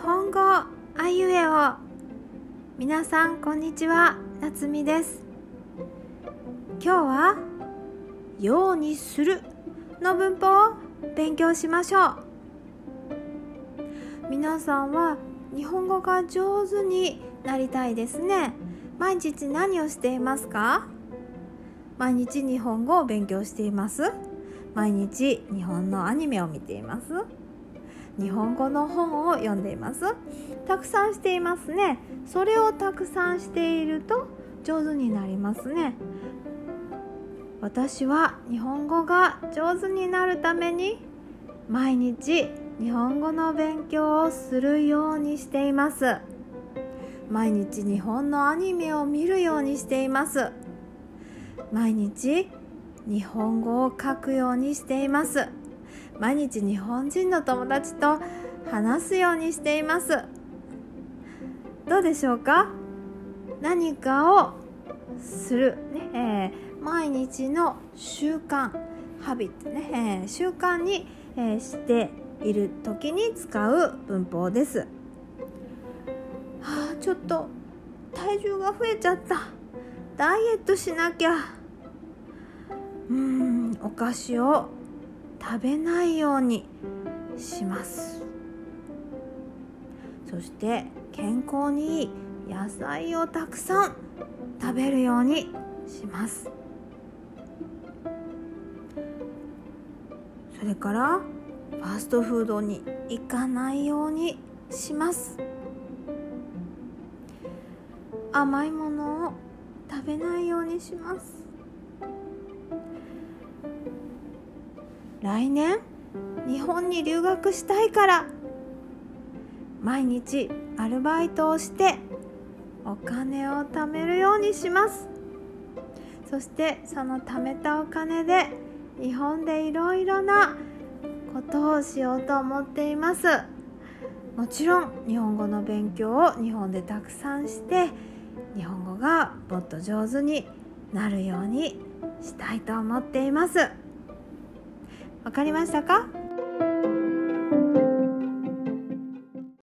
本語あいうえお。皆さんこんにちは、なつみです。今日はようにするの文法を勉強しましょう。皆さんは日本語が上手になりたいですね。毎日何をしていますか？毎日日本語を勉強しています。毎日日本のアニメを見ています。日本語の本を読んでいます。たくさんしていますね。それをたくさんしていると上手になりますね。私は日本語が上手になるために毎日日本語の勉強をするようにしています。毎日日本のアニメを見るようにしています。毎日日本語を書くようにしています。毎日日本人の友達と話すようにしています。どうでしょうか？何かをする、毎日の習慣、ハビットね、習慣に、している時に使う文法です。ちょっと体重が増えちゃった。ダイエットしなきゃ。お菓子を食べないようにします。そして健康にいい野菜をたくさん食べるようにします。それからファストフードに行かないようにします。甘いものを食べないようにします。来年日本に留学したいから毎日アルバイトをしてお金を貯めるようにします。そしてその貯めたお金で日本でいろいろなことをしようと思っています。もちろん日本語の勉強を日本でたくさんして日本語がもっと上手になるようにしたいと思っています。わかりましたか？